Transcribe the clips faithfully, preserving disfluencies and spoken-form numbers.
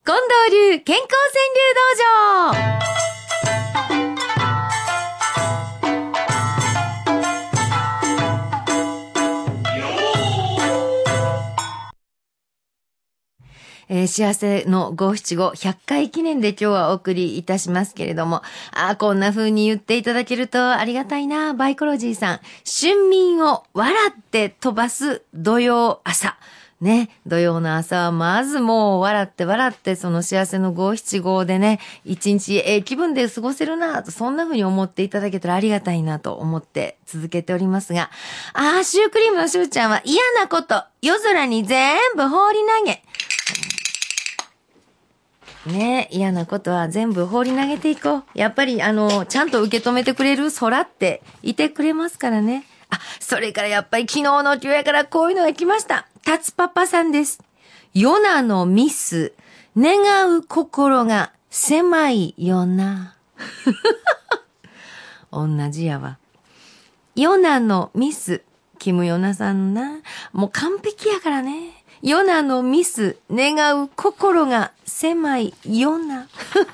近藤流健康川柳道場。えー、幸せのごしちごひゃっかい記念で今日はお送りいたしますけれども、あーこんな風に言っていただけるとありがたいな。バイコロジーさん、春眠を笑って飛ばす土曜朝。ね、土曜の朝はまずもう笑って笑ってその幸せのごしちごでね、一日ええ気分で過ごせるなと、そんな風に思っていただけたらありがたいなと思って続けておりますが、あー、シュークリームのしゅうちゃんは嫌なこと、夜空に全部放り投げ。ね、嫌なことは全部放り投げていこう。やっぱりあの、ちゃんと受け止めてくれる空っていてくれますからね。あ、それからやっぱり昨日の今日やからこういうのが来ました。タツパパさんです。ヨナのミス、願う心が狭いよな。同じやわ。ヨナのミス、キムヨナさんな。もう完璧やからね。ヨナのミス、願う心が狭いよな。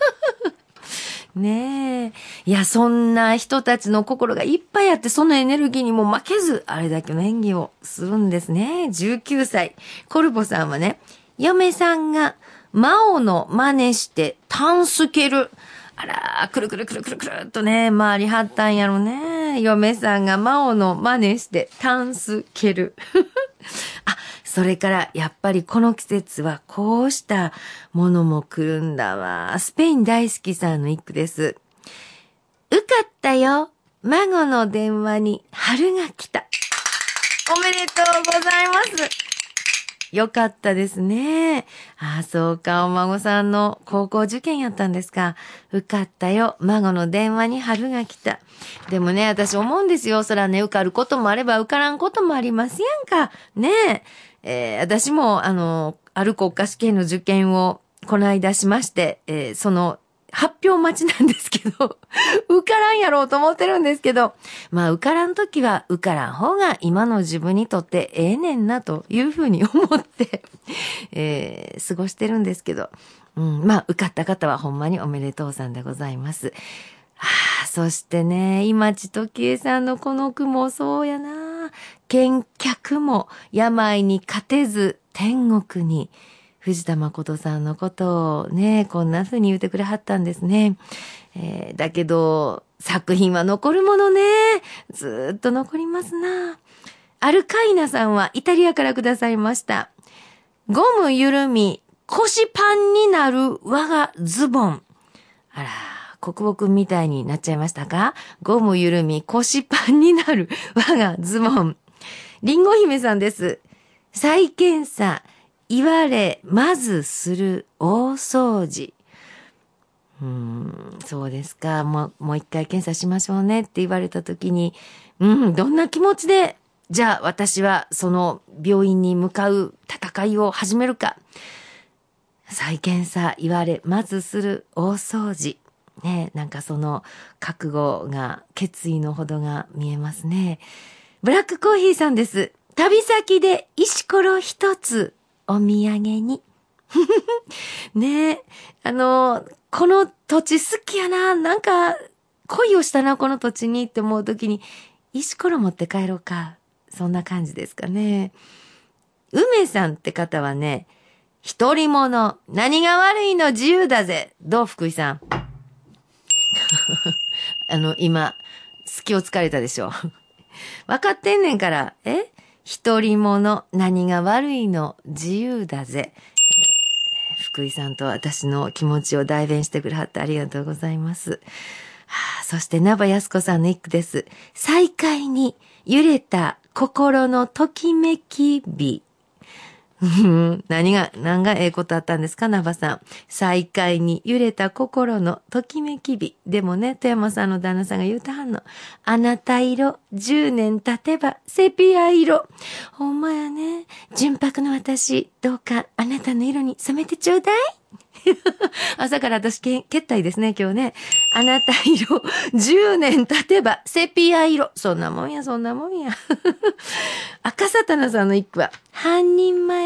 ねえ。いや、そんな人たちの心がいっぱいあって、そのエネルギーにも負けず、あれだけの演技をするんですね。じゅうきゅうさい。コルボさんはね、嫁さんが魔王の真似してタンス蹴る。あらー、くるくるくるくるくるっとね、回りはったんやろね。嫁さんが魔王の真似してタンス蹴る。あ、それからやっぱりこの季節はこうしたものも来るんだわ。スペイン大好きさんの一句です。受かったよ。孫の電話に春が来た。おめでとうございます。よかったですね。ああ、そうか。お孫さんの高校受験やったんですか。受かったよ。孫の電話に春が来た。でもね、私思うんですよ。そらね、受かることもあれば受からんこともありますやんか。ねえ。えー、私も、あの、ある国家試験の受験をこの間しまして、えー、その、発表待ちなんですけど、受からんやろうと思ってるんですけど、まあ受からんときは受からん方が今の自分にとってええねんなというふうに思って、えー、過ごしてるんですけど、うん、まあ受かった方はほんまにおめでとうさんでございます。ああ、そしてね、今地時計さんのこの句もそうやな。見客も病に勝てず天国に。藤田誠さんのことをね、こんな風に言ってくれはったんですね。えー、だけど、作品は残るものね。ずーっと残りますな。アルカイナさんはイタリアからくださいました。ゴム緩み、腰パンになる我がズボン。あら、国母くんみたいになっちゃいましたか？ゴム緩み、腰パンになる我がズボン。リンゴ姫さんです。再検査。言われ、まずする大掃除。うーん、そうですか。もう、もう一回検査しましょうねって言われたときに、うん、どんな気持ちで、じゃあ私はその病院に向かう戦いを始めるか。再検査、言われ、まずする大掃除。ね、なんかその覚悟が、決意のほどが見えますね。ブラックコーヒーさんです。旅先で石ころ一つ。お土産に。ねえ。あの、この土地好きやな。なんか、恋をしたな、この土地にって思うときに、石ころ持って帰ろうか。そんな感じですかね。梅さんって方はね、一人者、何が悪いの自由だぜ。どう福井さん。あの、今、隙をつかれたでしょ。分かってんねんから、え一人者、何が悪いの自由だぜ。えー、福井さんと私の気持ちを代弁してくれはってありがとうございます。はあ、そして名場靖子さんの一句です。再会に揺れた心のときめき日。何が、何がええことあったんですか、ナバさん。再会に揺れた心のときめき日。でもね、富山さんの旦那さんが言うたはんの。あなた色、十年経てば、セピア色。ほんまやね。純白の私、どうかあなたの色に染めてちょうだい。朝から私、け、けったいですね、今日ね。あなた色、十年経てば、セピア色。そんなもんや、そんなもんや。赤サタナさんの一句は、半人前、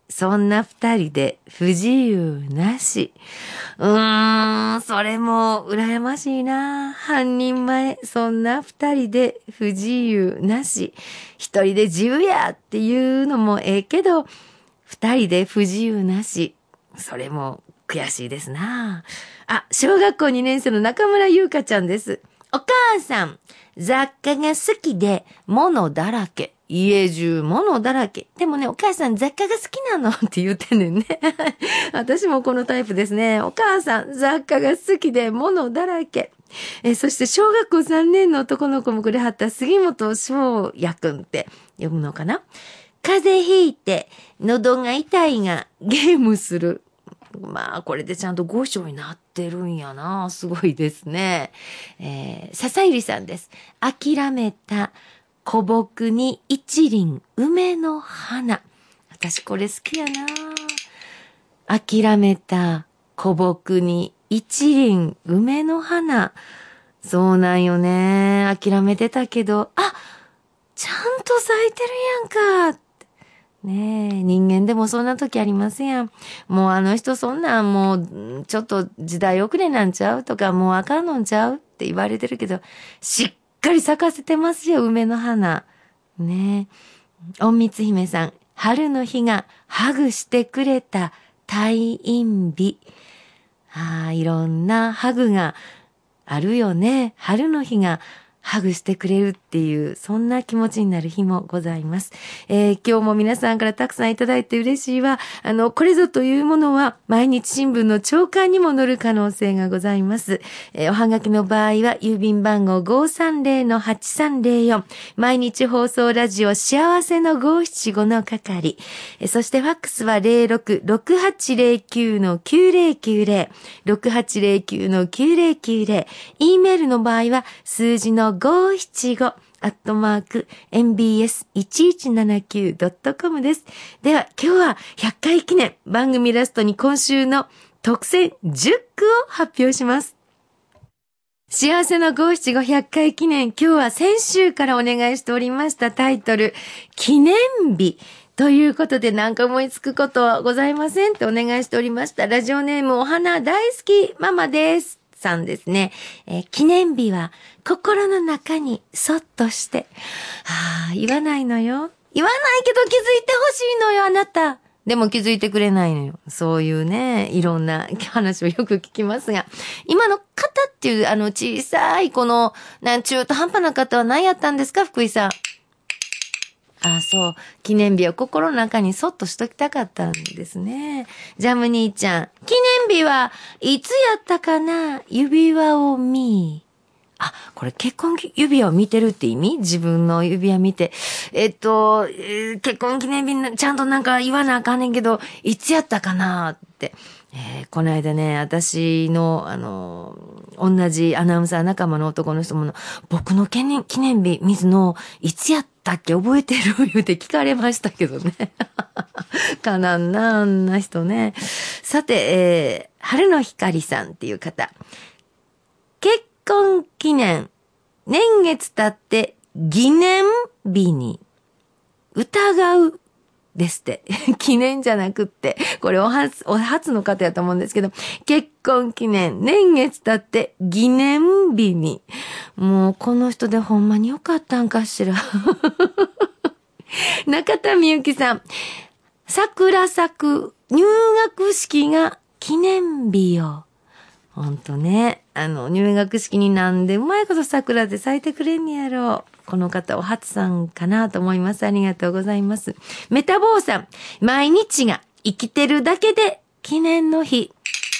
そんな二人で不自由なし。うーん、それも羨ましいな。半人前、そんな二人で不自由なし。一人で自由やっていうのもええけど、二人で不自由なし。それも悔しいですな。あ、小学校にねん生の中村優香ちゃんです。お母さん、雑貨が好きで物だらけ。家中物だらけ。でもね、お母さん雑貨が好きなのって言ってんねんね。私もこのタイプですね。お母さん雑貨が好きで物だらけ。えそして小学校さんねんの男の子もくれはった杉本翔也くんって読むのかな。風邪ひいて喉が痛いがゲームする。まあ、これでちゃんとご章になってるんやな。すごいですね。えー、笹ゆりさんです。諦めた古木に一輪梅の花。私これ好きやな。諦めた古木に一輪梅の花。そうなんよね。諦めてたけど、あ、ちゃんと咲いてるやんか。ねえ、人間でもそんな時ありますやん。もうあの人そんなんもうちょっと時代遅れなんちゃうとかもうあかんのんちゃうって言われてるけど、しっかり咲かせてますよ、梅の花。ねえ。隠密姫さん、春の日がハグしてくれた退院日。ああ、いろんなハグがあるよね。春の日がハグしてくれるっていう、そんな気持ちになる日もございます。えー、今日も皆さんからたくさんいただいて嬉しいわ。あの、これぞというものは、毎日新聞の朝刊にも載る可能性がございます。えー、おはがきの場合は、郵便番号 ごーさんぜろのはちさんぜろよん、毎日放送ラジオ幸せのごーしちごの係。えー、そしてファックスは ゼロろく ろくはちゼロきゅう のきゅうぜろきゅうぜろ、ろくはちゼロきゅう のきゅうぜろきゅうぜろ、E メールの場合は、数字のごーしちごアットマーク エムビーエスいちいちななきゅうドットコム です。では今日はひゃっかい記念、番組ラストに今週の特選じゅっくを発表します。幸せのごーしちごひゃっかい記念、今日は先週からお願いしておりましたタイトル、記念日ということで、なんか思いつくことはございませんってお願いしておりました。ラジオネームお花大好きママです。さんですね、えー、記念日は心の中にそっとして、はあ、言わないのよ。言わないけど気づいてほしいのよ、あなた。でも気づいてくれないのよ。そういうね、いろんな話をよく聞きますが、今の方っていうあの小さいこのなん中途半端な方は何やったんですか、福井さん。ああ、そう。記念日を心の中にそっとしときたかったんですね。ジャム兄ちゃん。記念日はいつやったかな、指輪を見。あ、これ結婚指輪を見てるって意味？自分の指輪見て。えっと、えー、結婚記念日ちゃんとなんか言わなあかんねんけど、いつやったかなって。えー、この間ね、私の、あの、同じアナウンサー仲間の男の人も、僕の記念、記念日、水野、いつやったっけ覚えてる言うて聞かれましたけどね。かなんな、あんな人ね。さて、えー、春の光さんっていう方。結婚記念、年月経って記念日に疑う。ですって。記念じゃなくって、これお初、お初の方やと思うんですけど、結婚記念、年月経って記念日に。もうこの人でほんまによかったんかしら。中田みゆきさん、桜咲く入学式が記念日よ。ほんとね、あの、入学式になんでうまいこと桜で咲いてくれんねやろう。この方、お初さんかなと思います。ありがとうございます。メタボーさん、毎日が生きてるだけで記念の日。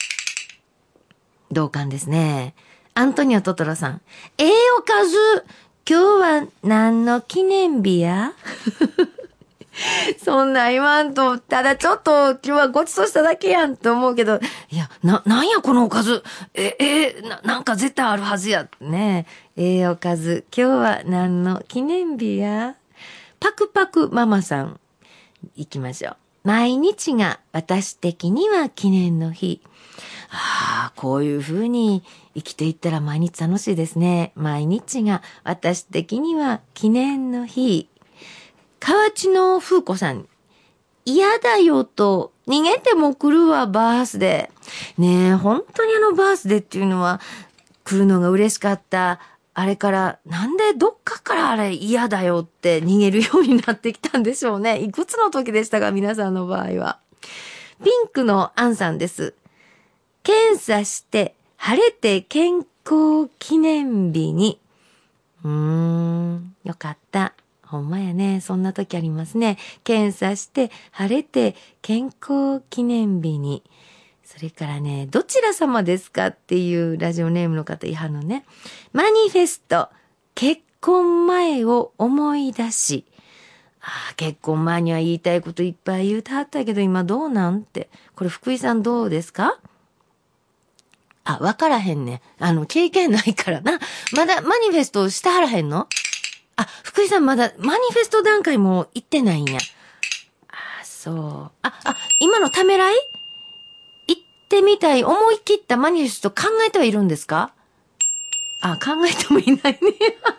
同感ですね。アントニオトトロさん、ええおかず、今日は何の記念日やそんな言わんと、ただちょっと今日はごちそうしただけやんと思うけど、いや、な、なんやこのおかず。え、え、な、なんか絶対あるはずや。ねえ、ええおかず。今日は何の記念日や？パクパクママさん。行きましょう。毎日が私的には記念の日。ああ、こういう風に生きていったら毎日楽しいですね。毎日が私的には記念の日。河内の風子さん、 嫌だよと逃げても来るわ、バースデー。ねえ、本当にあのバースデーっていうのは来るのが嬉しかった。あれから、なんでどっかからあれ嫌だよって逃げるようになってきたんでしょうね。いくつの時でしたか、皆さんの場合は。ピンクのアンさんです。検査して晴れて健康記念日に。うーん、よかった。ほんまやね。そんな時ありますね。検査して晴れて健康記念日に。それからね、どちら様ですかっていうラジオネームの方いはのね。マニフェスト、結婚前を思い出し。ああ、結婚前には言いたいこといっぱい言うてはったけど今どうなんて。これ福井さんどうですか？あ、わからへんね。あの、経験ないからな。まだマニフェストしてはらへんの？あ、福井さんまだマニフェスト段階も行ってないんや。あ、そう。あ、あ、今のためらい？行ってみたい、思い切ったマニフェスト考えてはいるんですか？あ、考えてもいないね。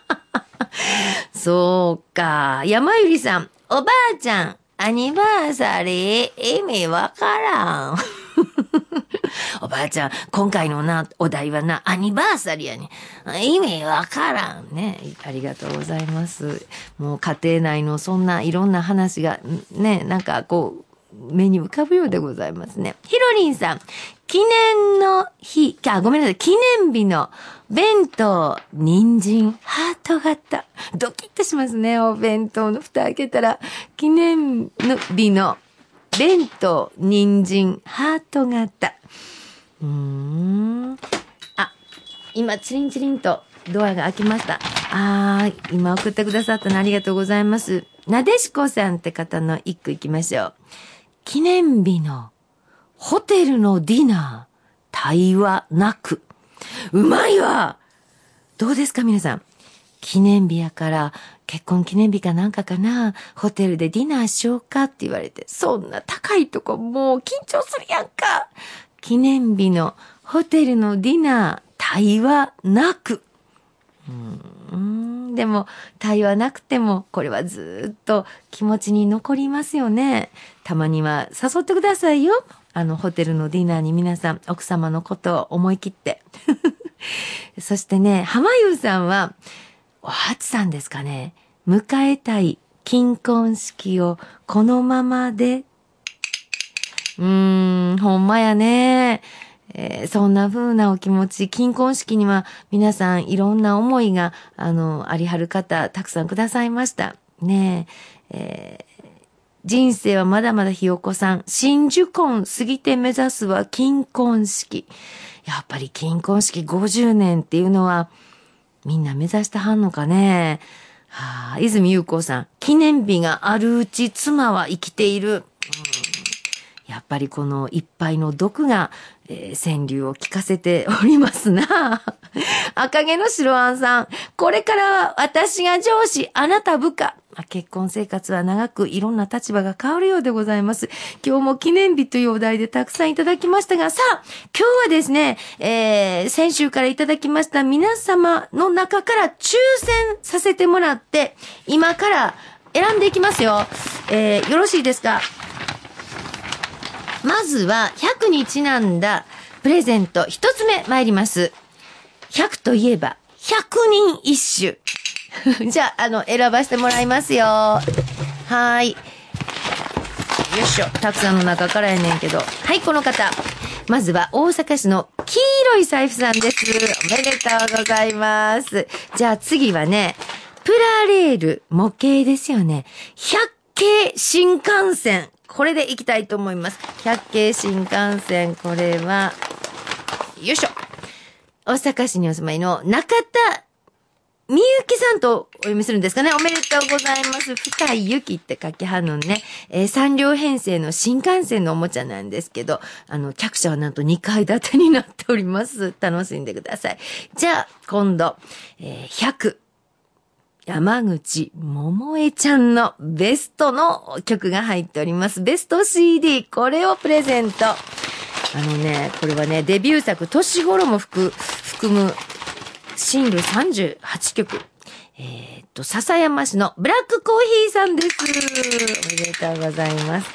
そうか。山ゆりさん、おばあちゃん、アニバーサリー、意味わからん。おばあちゃん、今回のな、お題はな、アニバーサリーやね。意味わからんね。ありがとうございます。もう家庭内のそんないろんな話が、ね、なんかこう、目に浮かぶようでございますね。ひろりんさん、記念の日、あ、ごめんなさい、記念日の弁当、人参、ハート型。ドキッとしますね、お弁当の蓋開けたら。記念の日の弁当、人参、ハート型。うーん。あ、今、チリンチリンとドアが開きました。あー、今送ってくださったのありがとうございます。なでしこさんって方の一句いきましょう。記念日のホテルのディナー、対話なく。うまいわ！どうですか皆さん。記念日やから、結婚記念日かなんかかな、ホテルでディナーしようかって言われて、そんな高いとこもう緊張するやんか。記念日のホテルのディナー、対話なく。うーん、でも対話なくてもこれはずっと気持ちに残りますよね。たまには誘ってくださいよ。あのホテルのディナーに皆さん奥様のことを思い切ってそしてね、浜優さんはお初さんですかね。迎えたい金婚式をこのままで。うーん、ほんまやね。えー、そんな風なお気持ち、金婚式には皆さんいろんな思いが、あの、ありはる方、たくさんくださいました。ねえ、えー、人生はまだまだひよこさん、真珠婚過ぎて目指すは金婚式。やっぱり金婚式ごじゅうねんっていうのは、みんな目指してはんのかね。はあ、泉優子さん、記念日があるうち妻は生きている。うん、やっぱりこの一杯の毒が、えー、川柳を聞かせておりますな。赤毛の白あんさん、これからは私が上司、あなた部下。結婚生活は長くいろんな立場が変わるようでございます。今日も記念日というお題でたくさんいただきましたが、さあ、今日はですね、えー、先週からいただきました皆様の中から抽選させてもらって、今から選んでいきますよ。えー、よろしいですか？まずはひゃくにちなんだプレゼント一つ目参ります。ひゃくといえばひゃくにん一首。じゃあ、あの、選ばせてもらいますよ。はーい。よいしょ。たくさんの中からやねんけど。はい、この方。まずは大阪市の黄色い財布さんです。おめでとうございます。じゃあ次はね、プラレール模型ですよね。百景新幹線。これで行きたいと思います。百景新幹線。これは、よいしょ。大阪市にお住まいの中田みゆきさんとお読みするんですかね。おめでとうございます。深い雪って書きはんのね、えー、さん両編成の新幹線のおもちゃなんですけど、あの、客車はなんとにかい建てになっております。楽しんでください。じゃあ、今度、えー、ひゃく。山口百恵ちゃんのベストの曲が入っております。ベスト シーディー、これをプレゼント。あのね、これはね、デビュー作、年頃も含む、シングルさんじゅうはちきょく。えー、っと、笹山市のブラックコーヒーさんです。おめでとうございます。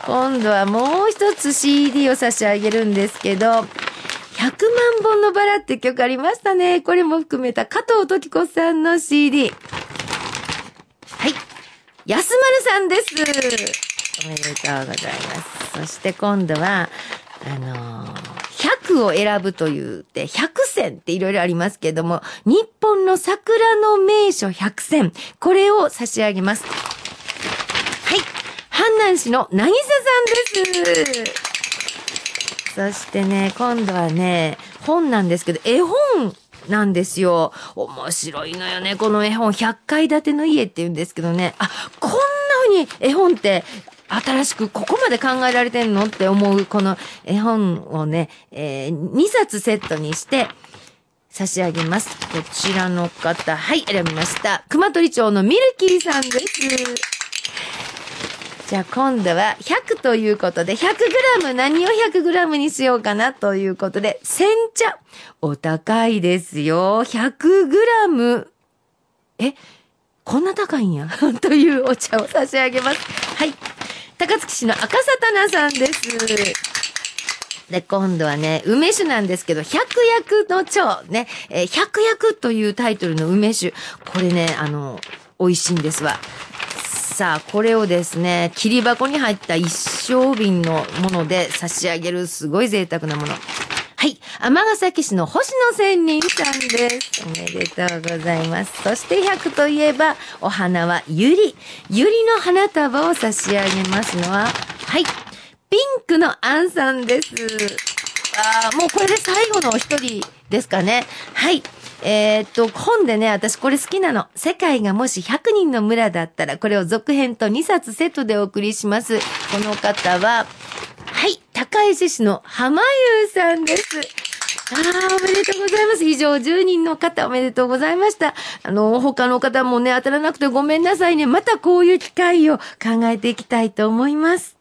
今度はもう一つ シーディー を差し上げるんですけど、ひゃくまんぼんのバラって曲ありましたね。これも含めた加藤時子さんの シーディー。はい。安丸さんです。おめでとうございます。そして今度は、あのー、ひゃくを選ぶというて、百選っていろいろありますけども、日本の桜の名所百選、これを差し上げます。はい。阪南市のなぎささんです。そしてね、今度はね、本なんですけど、絵本なんですよ。面白いのよね、この絵本。ひゃっかい建ての家って言うんですけどね。あ、こんな風に絵本って新しくここまで考えられてんのって思うこの絵本をね、えー、にさつセットにして差し上げます。こちらの方、はい、選びました。熊取町のミルキーさんです。じゃあ今度はひゃくということで ひゃくグラム 何を ひゃくグラム にしようかなということで煎茶お高いですよ ひゃくグラム えこんな高いんやというお茶を差し上げます。はい、高槻市の赤さたなさんです。で、今度はね、梅酒なんですけど、百薬の長ね、えー、百薬というタイトルの梅酒。これね、あの、美味しいんですわ。さあ、これをですね、切り箱に入った一升瓶のもので差し上げるすごい贅沢なもの。はい。尼崎市の星野仙人さんです。おめでとうございます。そしてひゃくといえば、お花はユリ。ユリの花束を差し上げますのは、はい。ピンクのアンさんです。ああ、もうこれで最後のお一人ですかね。はい。えー、っと、本でね、私これ好きなの。世界がもしひゃくにんの村だったら、これを続編とにさつセットでお送りします。この方は、はい、高石市の浜優さんです。ああ、おめでとうございます。以上じゅうにんの方おめでとうございました。あの、他の方もね、当たらなくてごめんなさいね。またこういう機会を考えていきたいと思います。